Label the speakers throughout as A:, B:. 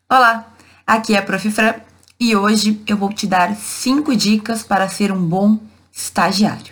A: Olá, aqui é a Prof. Fran e hoje eu vou te dar 5 dicas para ser um bom estagiário.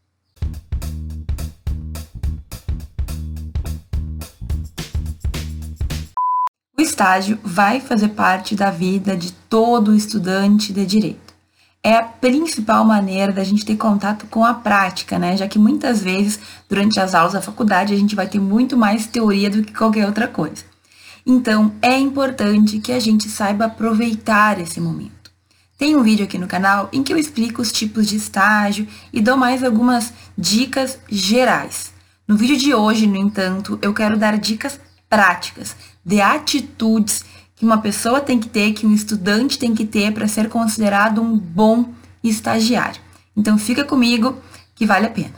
A: O estágio vai fazer parte da vida de todo estudante de direito. É a principal maneira da gente ter contato com a prática, né? Já que muitas vezes, durante as aulas da faculdade, a gente vai ter muito mais teoria do que qualquer outra coisa. Então, é importante que a gente saiba aproveitar esse momento. Tem um vídeo aqui no canal em que eu explico os tipos de estágio e dou mais algumas dicas gerais. No vídeo de hoje, no entanto, eu quero dar dicas práticas de atitudes que uma pessoa tem que ter, que um estudante tem que ter para ser considerado um bom estagiário. Então, fica comigo que vale a pena.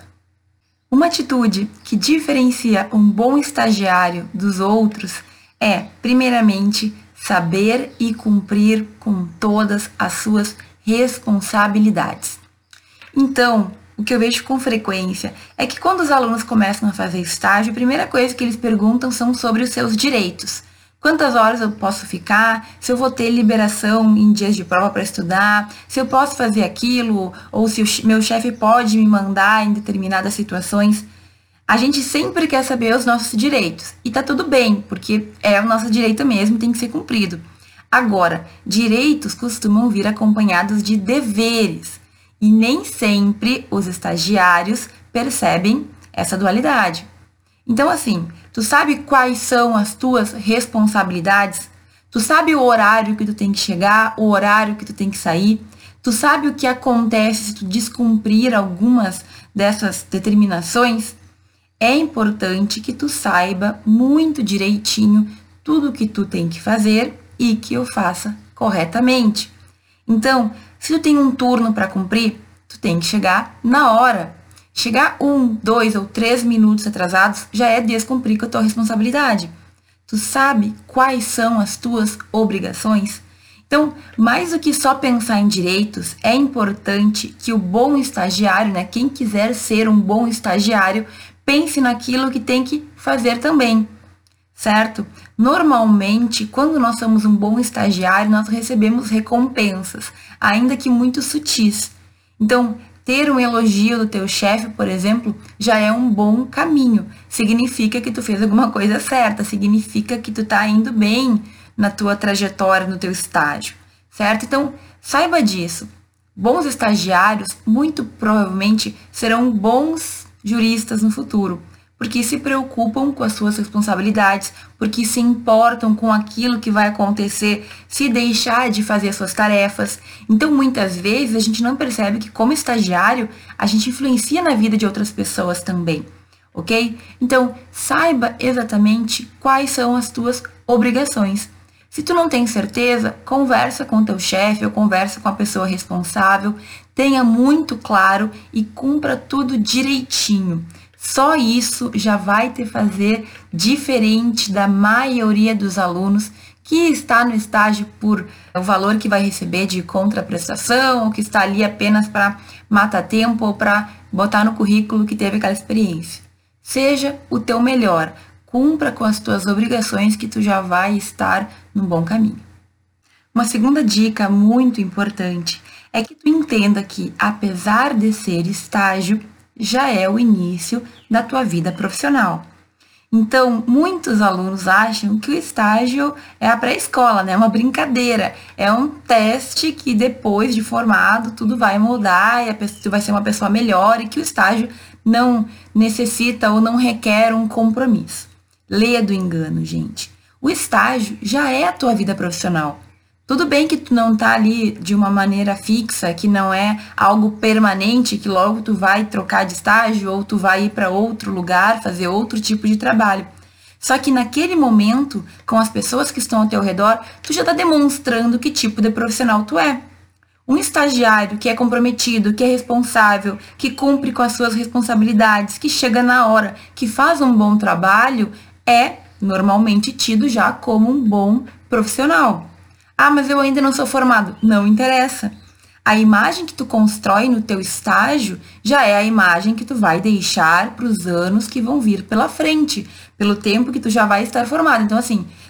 A: Uma atitude que diferencia um bom estagiário dos outros é, primeiramente, saber e cumprir com todas as suas responsabilidades. Então, o que eu vejo com frequência é que quando os alunos começam a fazer estágio, a primeira coisa que eles perguntam são sobre os seus direitos. Quantas horas eu posso ficar? Se eu vou ter liberação em dias de prova para estudar? Se eu posso fazer aquilo? Ou se o meu chefe pode me mandar em determinadas situações? A gente sempre quer saber os nossos direitos. E tá tudo bem, porque é o nosso direito mesmo, tem que ser cumprido. Agora, direitos costumam vir acompanhados de deveres. E nem sempre os estagiários percebem essa dualidade. Então, assim, tu sabe quais são as tuas responsabilidades? Tu sabe o horário que tu tem que chegar, o horário que tu tem que sair? Tu sabe o que acontece se tu descumprir algumas dessas determinações? É importante que tu saiba muito direitinho tudo o que tu tem que fazer e que eu faça corretamente. Então, se tu tem um turno para cumprir, tu tem que chegar na hora. Chegar 1, 2 ou 3 minutos atrasados já é descumprir com a tua responsabilidade. Tu sabe quais são as tuas obrigações? Então, mais do que só pensar em direitos, é importante que o bom estagiário, né, quem quiser ser um bom estagiário, pense naquilo que tem que fazer também, certo? Normalmente, quando nós somos um bom estagiário, nós recebemos recompensas, ainda que muito sutis. Então, ter um elogio do teu chefe, por exemplo, já é um bom caminho. Significa que tu fez alguma coisa certa, significa que tu tá indo bem na tua trajetória, no teu estágio, certo? Então, saiba disso. Bons estagiários, muito provavelmente, serão bons juristas no futuro, porque se preocupam com as suas responsabilidades, porque se importam com aquilo que vai acontecer se deixar de fazer as suas tarefas. Então, muitas vezes, a gente não percebe que, como estagiário, a gente influencia na vida de outras pessoas também, ok? Então, saiba exatamente quais são as tuas obrigações. Se tu não tem certeza, conversa com o teu chefe ou conversa com a pessoa responsável, tenha muito claro e cumpra tudo direitinho. Só isso já vai te fazer diferente da maioria dos alunos que está no estágio por o valor que vai receber de contraprestação, ou que está ali apenas para matar tempo ou para botar no currículo que teve aquela experiência. Seja o teu melhor, cumpra com as tuas obrigações que tu já vai estar num bom caminho. Uma segunda dica muito importante é que tu entenda que, apesar de ser estágio, já é o início da tua vida profissional. Então, muitos alunos acham que o estágio é a pré-escola, né? É uma brincadeira, é um teste que depois de formado tudo vai mudar e tu vai ser uma pessoa melhor e que o estágio não necessita ou não requer um compromisso. Leia do engano, gente. O estágio já é a tua vida profissional. Tudo bem que tu não tá ali de uma maneira fixa, que não é algo permanente, que logo tu vai trocar de estágio ou tu vai ir para outro lugar, fazer outro tipo de trabalho. Só que naquele momento, com as pessoas que estão ao teu redor, tu já tá demonstrando que tipo de profissional tu é. Um estagiário que é comprometido, que é responsável, que cumpre com as suas responsabilidades, que chega na hora, que faz um bom trabalho, é normalmente tido já como um bom profissional. Ah, mas eu ainda não sou formado. Não interessa. A imagem que tu constrói no teu estágio já é a imagem que tu vai deixar para os anos que vão vir pela frente, pelo tempo que tu já vai estar formado. Então, assim,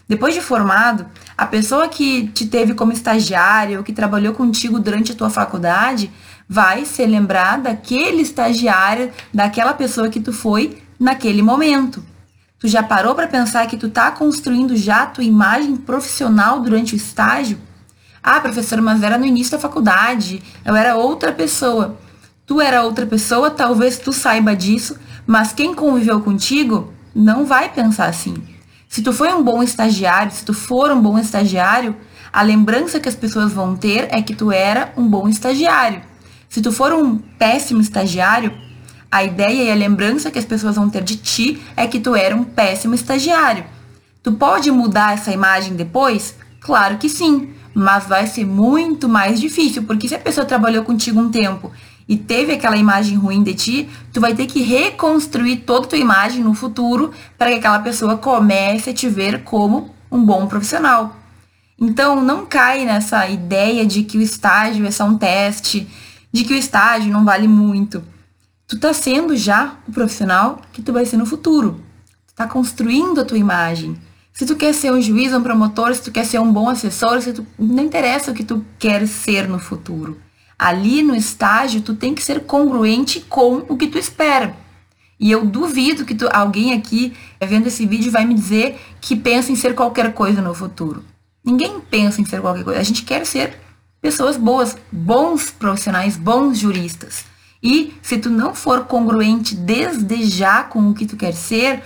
A: Depois de formado, a pessoa que te teve como estagiário ou que trabalhou contigo durante a tua faculdade vai se lembrar daquele estagiário, daquela pessoa que tu foi naquele momento. Tu já parou para pensar que tu tá construindo já a tua imagem profissional durante o estágio? Ah, professor, mas era no início da faculdade, eu era outra pessoa. Tu era outra pessoa, talvez tu saiba disso, mas quem conviveu contigo não vai pensar assim. Se tu foi um bom estagiário, se tu for um bom estagiário, a lembrança que as pessoas vão ter é que tu era um bom estagiário. Se tu for um péssimo estagiário, a ideia e a lembrança que as pessoas vão ter de ti é que tu era um péssimo estagiário. Tu pode mudar essa imagem depois? Claro que sim, mas vai ser muito mais difícil, porque se a pessoa trabalhou contigo um tempo e teve aquela imagem ruim de ti, tu vai ter que reconstruir toda a tua imagem no futuro para que aquela pessoa comece a te ver como um bom profissional. Então, não cai nessa ideia de que o estágio é só um teste, de que o estágio não vale muito. Tu tá sendo já o profissional que tu vai ser no futuro. Tu tá construindo a tua imagem. Se tu quer ser um juiz, um promotor, se tu quer ser um bom assessor, não interessa o que tu quer ser no futuro. Ali no estágio, tu tem que ser congruente com o que tu espera. E eu duvido que alguém aqui, vendo esse vídeo, vai me dizer que pensa em ser qualquer coisa no futuro. Ninguém pensa em ser qualquer coisa. A gente quer ser pessoas boas, bons profissionais, bons juristas. E se tu não for congruente desde já com o que tu quer ser,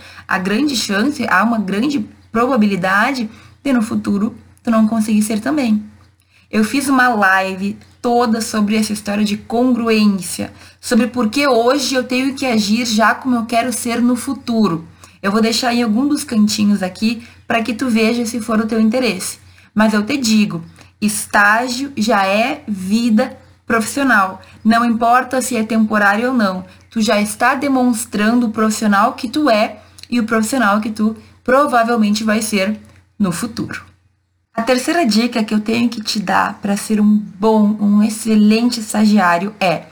A: há uma grande probabilidade de no futuro tu não conseguir ser também. Eu fiz uma live toda sobre essa história de congruência, sobre por que hoje eu tenho que agir já como eu quero ser no futuro. Eu vou deixar em algum dos cantinhos aqui para que tu veja se for o teu interesse. Mas eu te digo, estágio já é vida profissional. Não importa se é temporário ou não. Tu já está demonstrando o profissional que tu é e o profissional que tu provavelmente vai ser no futuro. A terceira dica que eu tenho que te dar para ser um excelente estagiário é: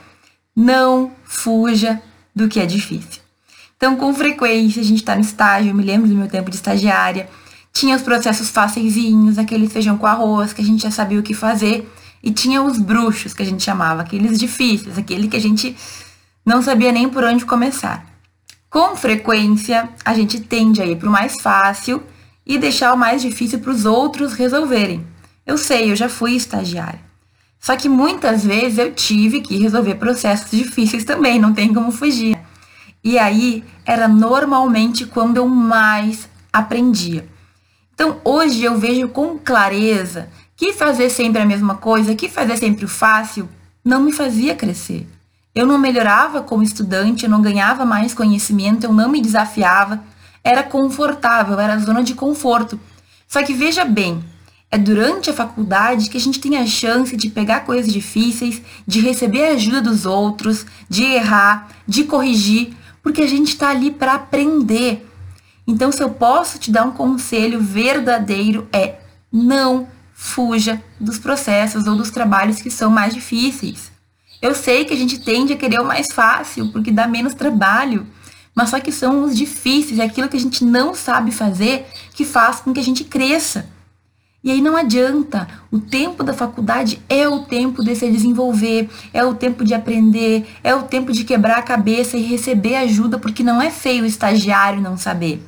A: não fuja do que é difícil. Então, com frequência, a gente está no estágio, eu me lembro do meu tempo de estagiária, tinha os processos faceizinhos, aquele feijão com arroz, que a gente já sabia o que fazer, e tinha os bruxos, que a gente chamava, aqueles difíceis, aquele que a gente não sabia nem por onde começar. Com frequência, a gente tende a ir para o mais fácil e deixar o mais difícil para os outros resolverem. Eu sei, eu já fui estagiária. Só que muitas vezes eu tive que resolver processos difíceis também, não tem como fugir. E aí, era normalmente quando eu mais aprendia. Então, hoje eu vejo com clareza que fazer sempre a mesma coisa, que fazer sempre o fácil, não me fazia crescer. Eu não melhorava como estudante, eu não ganhava mais conhecimento, eu não me desafiava. Era confortável, era a zona de conforto. Só que veja bem, é durante a faculdade que a gente tem a chance de pegar coisas difíceis, de receber a ajuda dos outros, de errar, de corrigir, porque a gente está ali para aprender. Então, se eu posso te dar um conselho verdadeiro, é: não fuja dos processos ou dos trabalhos que são mais difíceis. Eu sei que a gente tende a querer o mais fácil, porque dá menos trabalho, mas só que são os difíceis, é aquilo que a gente não sabe fazer, que faz com que a gente cresça. E aí não adianta, o tempo da faculdade é o tempo de se desenvolver, é o tempo de aprender, é o tempo de quebrar a cabeça e receber ajuda, porque não é feio o estagiário não saber.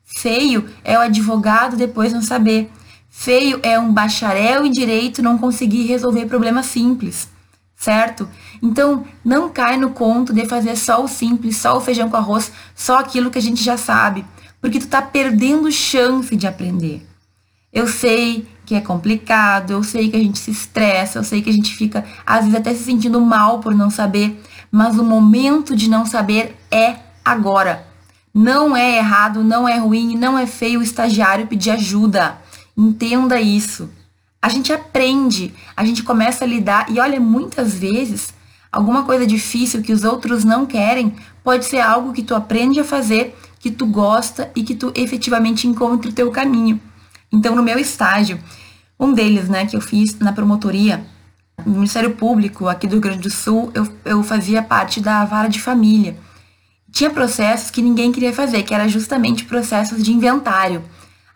A: Feio é o advogado depois não saber. Feio é um bacharel em direito não conseguir resolver problemas simples, certo? Então, não cai no conto de fazer só o simples, só o feijão com arroz, só aquilo que a gente já sabe, porque tu tá perdendo chance de aprender. Eu sei que é complicado, eu sei que a gente se estressa, eu sei que a gente fica, às vezes, até se sentindo mal por não saber, mas o momento de não saber é agora. Não é errado, não é ruim, não é feio o estagiário pedir ajuda. Entenda isso. A gente aprende, a gente começa a lidar, e olha, muitas vezes, alguma coisa difícil que os outros não querem pode ser algo que tu aprende a fazer, que tu gosta e que tu efetivamente encontra o teu caminho. Então, no meu estágio, um deles, que eu fiz na promotoria, no Ministério Público aqui do Rio Grande do Sul, eu fazia parte da vara de família. Tinha processos que ninguém queria fazer, que era justamente processos de inventário.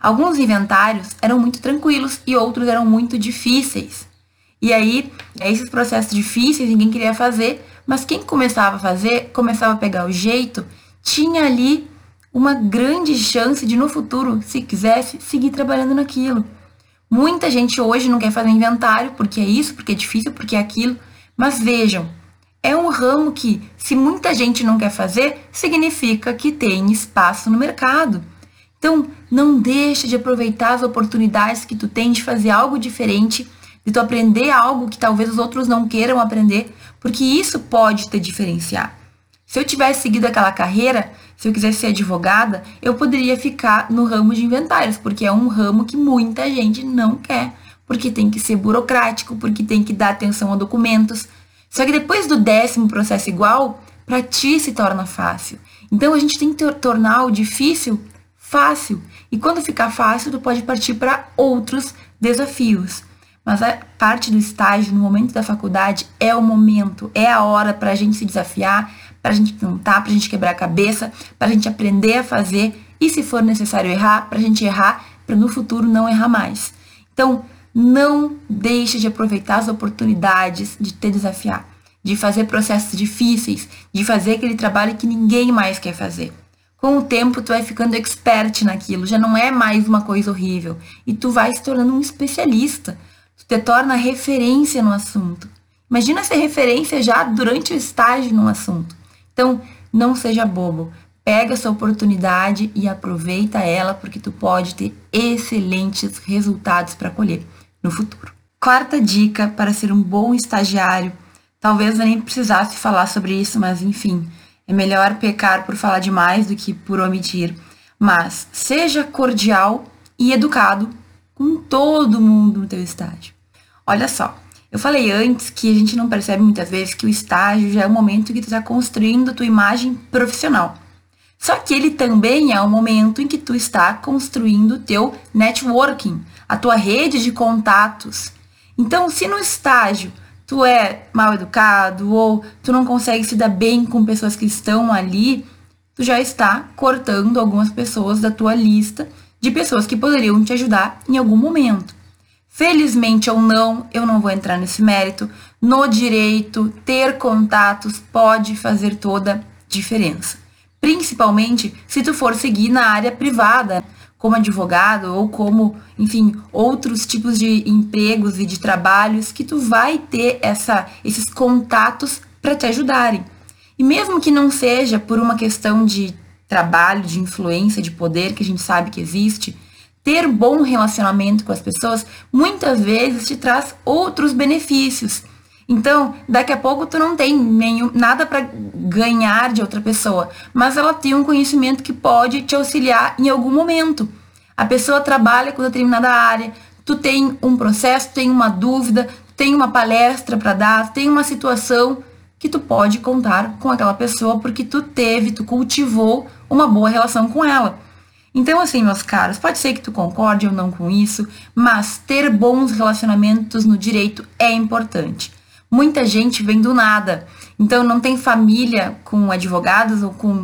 A: Alguns inventários eram muito tranquilos e outros eram muito difíceis. E aí, esses processos difíceis ninguém queria fazer, mas quem começava a fazer, começava a pegar o jeito, tinha ali uma grande chance de no futuro, se quisesse, seguir trabalhando naquilo. Muita gente hoje não quer fazer inventário porque é isso, porque é difícil, porque é aquilo, mas vejam, é um ramo que, se muita gente não quer fazer, significa que tem espaço no mercado. Então, não deixa de aproveitar as oportunidades que tu tem de fazer algo diferente, de tu aprender algo que talvez os outros não queiram aprender, porque isso pode te diferenciar. Se eu tivesse seguido aquela carreira, se eu quisesse ser advogada, eu poderia ficar no ramo de inventários, porque é um ramo que muita gente não quer, porque tem que ser burocrático, porque tem que dar atenção a documentos. Só que depois do 10º processo igual, para ti se torna fácil. Então a gente tem que tornar o difícil fácil. E quando ficar fácil, tu pode partir para outros desafios. Mas a parte do estágio, no momento da faculdade, é o momento, é a hora para a gente se desafiar, para a gente tentar, para a gente quebrar a cabeça, para a gente aprender a fazer e, se for necessário errar, para a gente errar, para no futuro não errar mais. Então, não deixe de aproveitar as oportunidades de te desafiar, de fazer processos difíceis, de fazer aquele trabalho que ninguém mais quer fazer. Com o tempo, tu vai ficando expert naquilo, já não é mais uma coisa horrível. E tu vai se tornando um especialista. Tu te torna referência no assunto. Imagina ser referência já durante o estágio no assunto. Então, não seja bobo. Pega essa oportunidade e aproveita ela, porque tu pode ter excelentes resultados para colher no futuro. Quarta dica para ser um bom estagiário. Talvez eu nem precisasse falar sobre isso, mas enfim... É melhor pecar por falar demais do que por omitir. Mas seja cordial e educado com todo mundo no teu estágio. Olha só, eu falei antes que a gente não percebe muitas vezes que o estágio já é o momento que tu está construindo a tua imagem profissional. Só que ele também é o momento em que tu está construindo o teu networking, a tua rede de contatos. Então, se no estágio tu é mal educado ou tu não consegue se dar bem com pessoas que estão ali, tu já está cortando algumas pessoas da tua lista de pessoas que poderiam te ajudar em algum momento. Felizmente ou não, eu não vou entrar nesse mérito. No direito, ter contatos pode fazer toda diferença. Principalmente se tu for seguir na área privada, como advogado ou como, enfim, outros tipos de empregos e de trabalhos que tu vai ter esses contatos para te ajudarem. E mesmo que não seja por uma questão de trabalho, de influência, de poder, que a gente sabe que existe, ter bom relacionamento com as pessoas muitas vezes te traz outros benefícios. Então, daqui a pouco tu não tem nada para ganhar de outra pessoa, mas ela tem um conhecimento que pode te auxiliar em algum momento. A pessoa trabalha com determinada área, tu tem um processo, tem uma dúvida, tem uma palestra para dar, tem uma situação que tu pode contar com aquela pessoa porque tu cultivou uma boa relação com ela. Então, assim, meus caros, pode ser que tu concorde ou não com isso, mas ter bons relacionamentos no direito é importante. Muita gente vem do nada, então não tem família com advogados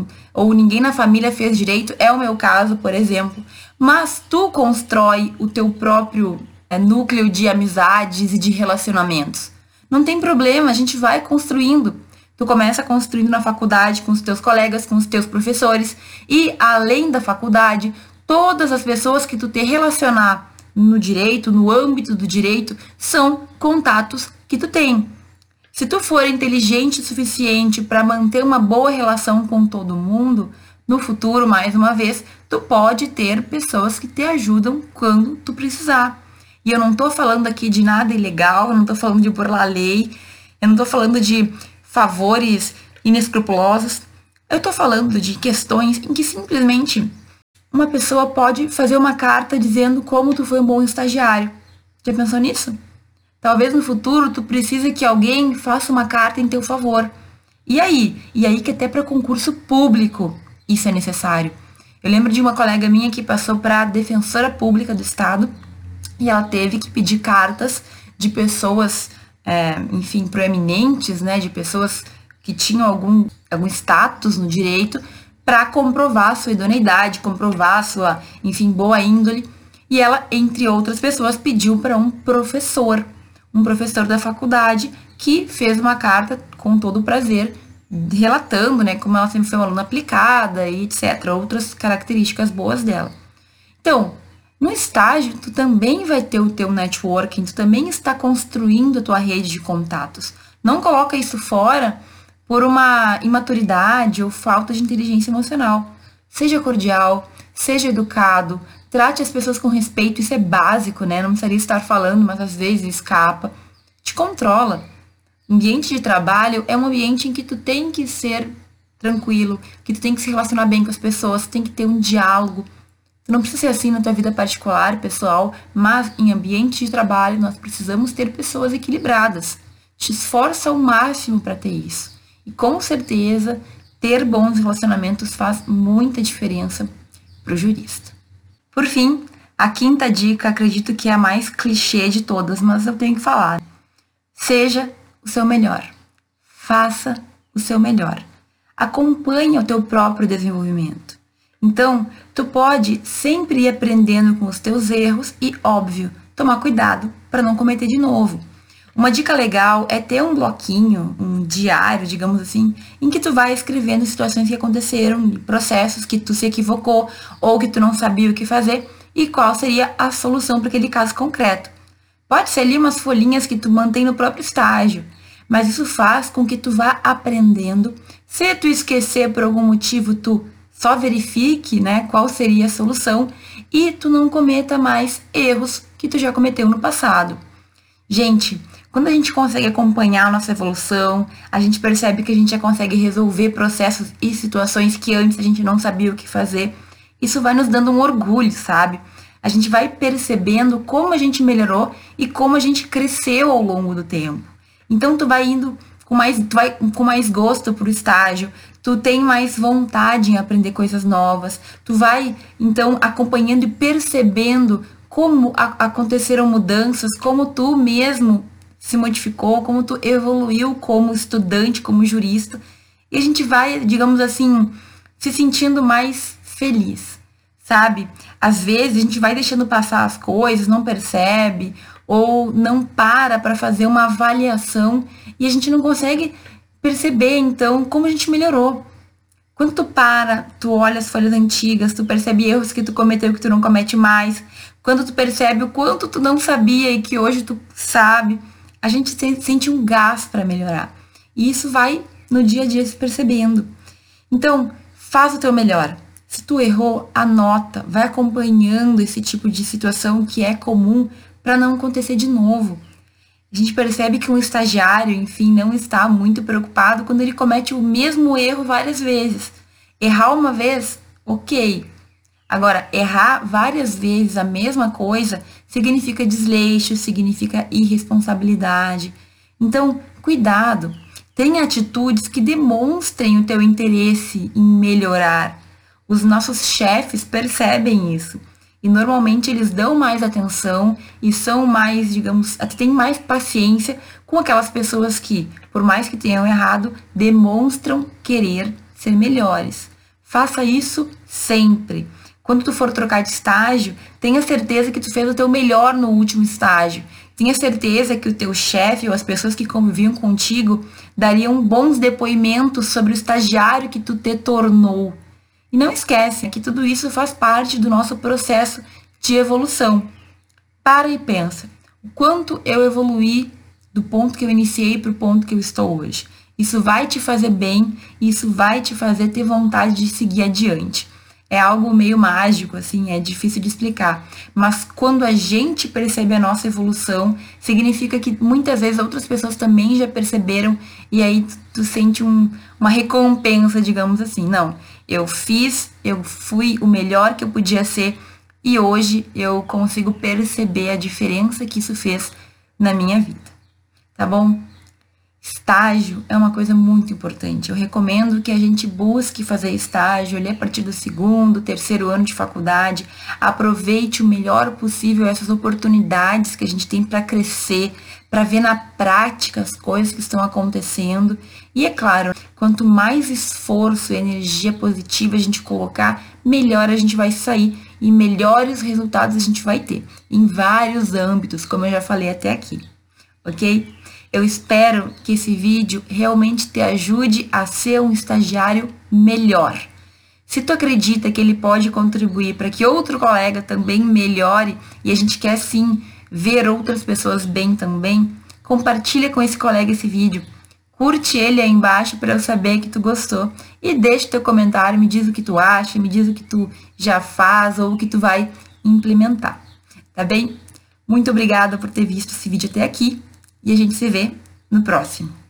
A: ou ninguém na família fez direito, é o meu caso, por exemplo. Mas tu constrói o teu próprio núcleo de amizades e de relacionamentos. Não tem problema, a gente vai construindo. Tu começa construindo na faculdade com os teus colegas, com os teus professores e, além da faculdade, todas as pessoas que tu te relacionar no direito, no âmbito do direito, são contatos que tu tem. Se tu for inteligente o suficiente para manter uma boa relação com todo mundo, no futuro, mais uma vez, tu pode ter pessoas que te ajudam quando tu precisar. E eu não tô falando aqui de nada ilegal, eu não tô falando de burlar a lei, eu não tô falando de favores inescrupulosos. Eu tô falando de questões em que simplesmente uma pessoa pode fazer uma carta dizendo como tu foi um bom estagiário. Já pensou nisso? Talvez no futuro tu precise que alguém faça uma carta em teu favor. E aí? E aí que até para concurso público isso é necessário. Eu lembro de uma colega minha que passou para a defensora pública do estado e ela teve que pedir cartas de pessoas, proeminentes, né, de pessoas que tinham algum status no direito, para comprovar a sua idoneidade, comprovar a sua, enfim, boa índole. E ela, entre outras pessoas, pediu para um professor da faculdade, que fez uma carta com todo o prazer, relatando, né, como ela sempre foi uma aluna aplicada e etc, outras características boas dela. Então, no estágio, tu também vai ter o teu networking, tu também está construindo a tua rede de contatos. Não coloca isso fora por uma imaturidade ou falta de inteligência emocional. Seja cordial, seja educado, trate as pessoas com respeito, isso é básico, né? Não precisaria estar falando, mas às vezes escapa. Te controla. O ambiente de trabalho é um ambiente em que tu tem que ser tranquilo, que tu tem que se relacionar bem com as pessoas, tu tem que ter um diálogo. Tu não precisa ser assim na tua vida particular, pessoal, mas em ambiente de trabalho nós precisamos ter pessoas equilibradas. Te esforça ao máximo para ter isso. E com certeza, ter bons relacionamentos faz muita diferença para o jurista. Por fim, a quinta dica, acredito que é a mais clichê de todas, mas eu tenho que falar. Seja o seu melhor. Faça o seu melhor. Acompanhe o teu próprio desenvolvimento. Então, tu pode sempre ir aprendendo com os teus erros e, óbvio, tomar cuidado para não cometer de novo. Uma dica legal é ter um bloquinho, um diário, digamos assim, em que tu vai escrevendo situações que aconteceram, processos que tu se equivocou ou que tu não sabia o que fazer e qual seria a solução para aquele caso concreto. Pode ser ali umas folhinhas que tu mantém no próprio estágio, mas isso faz com que tu vá aprendendo. Se tu esquecer por algum motivo, tu só verifique, né, qual seria a solução e tu não cometa mais erros que tu já cometeu no passado. Gente, quando a gente consegue acompanhar a nossa evolução, a gente percebe que a gente já consegue resolver processos e situações que antes a gente não sabia o que fazer. Isso vai nos dando um orgulho, sabe? A gente vai percebendo como a gente melhorou e como a gente cresceu ao longo do tempo. Então, tu vai indo com mais gosto pro estágio, tu tem mais vontade em aprender coisas novas, tu vai, então, acompanhando e percebendo como aconteceram mudanças, como tu mesmo se modificou, como tu evoluiu como estudante, como jurista, e a gente vai, digamos assim, se sentindo mais feliz, sabe? Às vezes a gente vai deixando passar as coisas, não percebe, ou não para fazer uma avaliação, e a gente não consegue perceber, então, como a gente melhorou. Quando tu para, tu olha as folhas antigas, tu percebe erros que tu cometeu que tu não comete mais. Quando tu percebe o quanto tu não sabia e que hoje tu sabe, a gente sente um gás para melhorar. E isso vai no dia a dia se percebendo. Então, faz o teu melhor. Se tu errou, anota, vai acompanhando esse tipo de situação que é comum para não acontecer de novo. A gente percebe que um estagiário, enfim, não está muito preocupado quando ele comete o mesmo erro várias vezes. Errar uma vez, ok. Agora, errar várias vezes a mesma coisa significa desleixo, significa irresponsabilidade. Então, cuidado. Tenha atitudes que demonstrem o teu interesse em melhorar. Os nossos chefes percebem isso. E normalmente eles dão mais atenção e são mais, digamos, têm mais paciência com aquelas pessoas que, por mais que tenham errado, demonstram querer ser melhores. Faça isso sempre. Quando tu for trocar de estágio, tenha certeza que tu fez o teu melhor no último estágio. Tenha certeza que o teu chefe ou as pessoas que conviviam contigo dariam bons depoimentos sobre o estagiário que tu te tornou. E não esquece que tudo isso faz parte do nosso processo de evolução. Para e pensa, o quanto eu evoluí do ponto que eu iniciei para o ponto que eu estou hoje. Isso vai te fazer bem, isso vai te fazer ter vontade de seguir adiante. É algo meio mágico, assim, é difícil de explicar. Mas quando a gente percebe a nossa evolução, significa que muitas vezes outras pessoas também já perceberam e aí tu sente uma recompensa, digamos assim. Não, eu fui o melhor que eu podia ser e hoje eu consigo perceber a diferença que isso fez na minha vida. Tá bom? Estágio é uma coisa muito importante. Eu recomendo que a gente busque fazer estágio ali a partir do segundo, terceiro ano de faculdade. Aproveite o melhor possível essas oportunidades que a gente tem para crescer, para ver na prática as coisas que estão acontecendo. E é claro, quanto mais esforço e energia positiva a gente colocar, melhor a gente vai sair e melhores resultados a gente vai ter em vários âmbitos, como eu já falei até aqui, ok? Eu espero que esse vídeo realmente te ajude a ser um estagiário melhor. Se tu acredita que ele pode contribuir para que outro colega também melhore e a gente quer sim ver outras pessoas bem também, compartilha com esse colega esse vídeo. Curte ele aí embaixo para eu saber que tu gostou e deixa teu comentário, me diz o que tu acha, me diz o que tu já faz ou o que tu vai implementar, tá bem? Muito obrigada por ter visto esse vídeo até aqui e a gente se vê no próximo.